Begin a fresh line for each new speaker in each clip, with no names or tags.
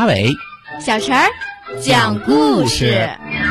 阿伟、
小陈儿讲故事。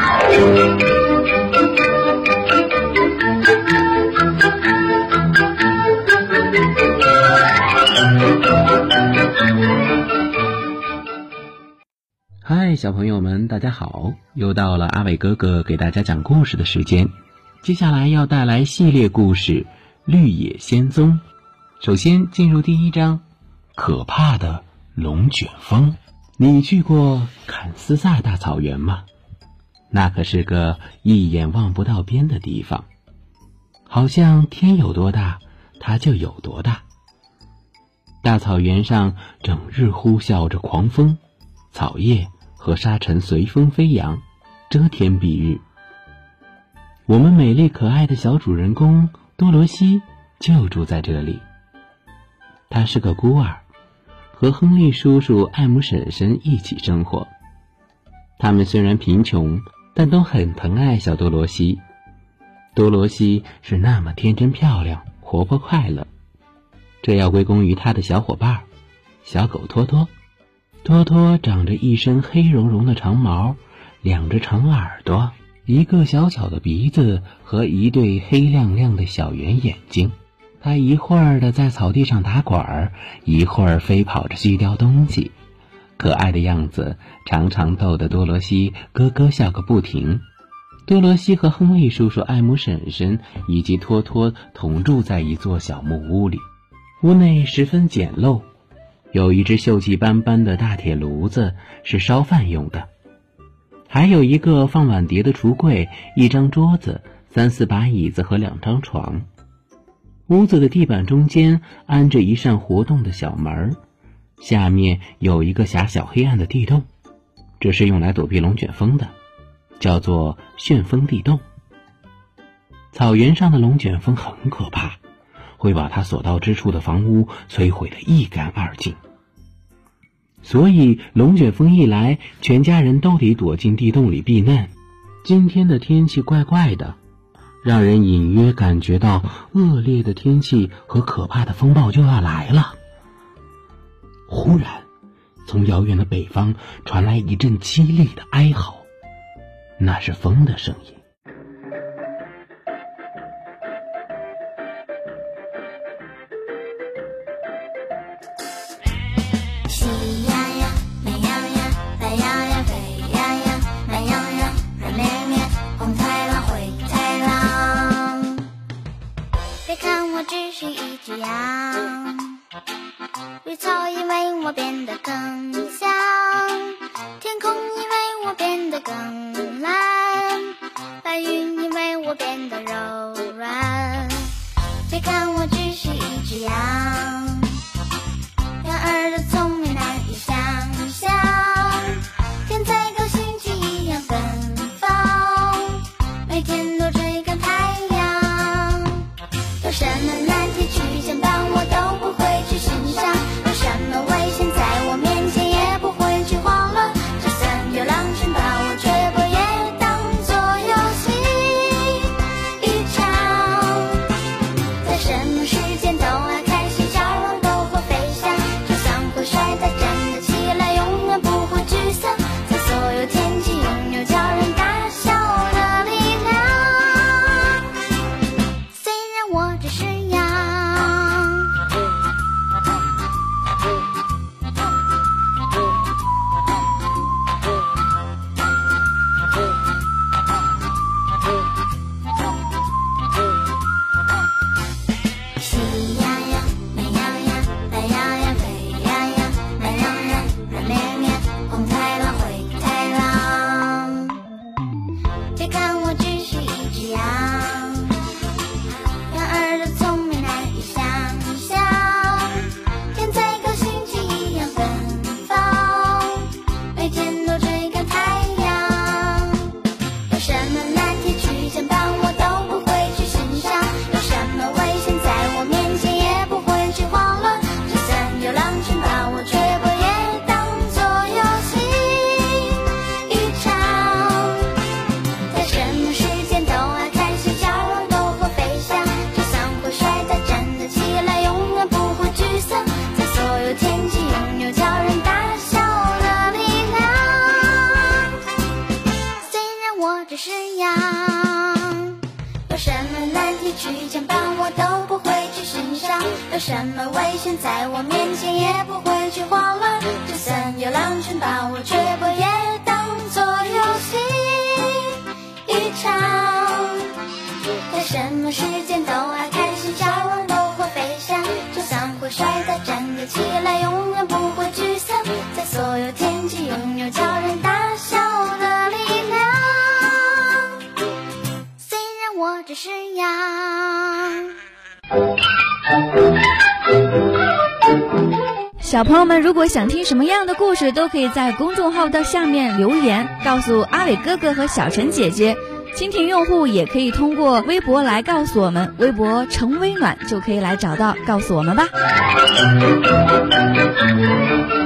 嗨，小朋友们，大家好！又到了阿伟哥哥给大家讲故事的时间。接下来要带来系列故事《绿野仙踪》。首先进入第一章，可怕的龙卷风。你去过坎斯萨大草原吗？那可是个一眼望不到边的地方，好像天有多大，它就有多大。大草原上整日呼啸着狂风，草叶和沙尘随风飞扬，遮天蔽日。我们美丽可爱的小主人公多罗西就住在这里。他是个孤儿，和亨利叔叔、艾姆婶婶一起生活。他们虽然贫穷，但都很疼爱小多罗西。多罗西是那么天真漂亮，活泼快乐，这要归功于他的小伙伴小狗托托。托托长着一身黑茸茸的长毛，2只长耳朵，一个小巧的鼻子和一对黑亮亮的小圆眼睛。他一会儿的在草地上打滚儿，一会儿飞跑着去叼东西，可爱的样子常常逗得多罗西咯咯笑个不停。多罗西和亨利叔叔、艾姆婶婶以及托托同住在一座小木屋里，屋内十分简陋，有一只锈迹斑斑的大铁炉子是烧饭用的，还有一个放碗碟的橱柜，一张桌子，3、4把椅子和2张床。屋子的地板中间安着一扇活动的小门，下面有一个狭小黑暗的地洞，这是用来躲避龙卷风的，叫做旋风地洞。草原上的龙卷风很可怕，会把它所到之处的房屋摧毁得一干二净。所以龙卷风一来，全家人都得躲进地洞里避难。今天的天气怪怪的，让人隐约感觉到恶劣的天气和可怕的风暴就要来了。忽然，从遥远的北方传来一阵凄厉的哀嚎，那是风的声音。
绿草因为我变得更香，天空因为我变得更蓝，白云因为我变得柔软。别看我只是一只羊，羊儿的聪明难以想象，天再高星际一样奔放，每天都追赶太阳。有什么难题去想帮我都不会去欣赏，有什么危险在我面前什么危险在我面前也不会去慌乱，就算有狼群把我追捕，也当作游戏一场。在什么时间都爱开心笑，都会飞翔，就算会摔倒站立起来，永远不会沮丧，在所有天气拥有叫人大笑的力量。虽然我只是羊。
小朋友们，如果想听什么样的故事，都可以在公众号的下面留言，告诉阿伟哥哥和小陈姐姐。蜻蜓用户也可以通过微博来告诉我们，微博陈微暖就可以来找到，告诉我们吧。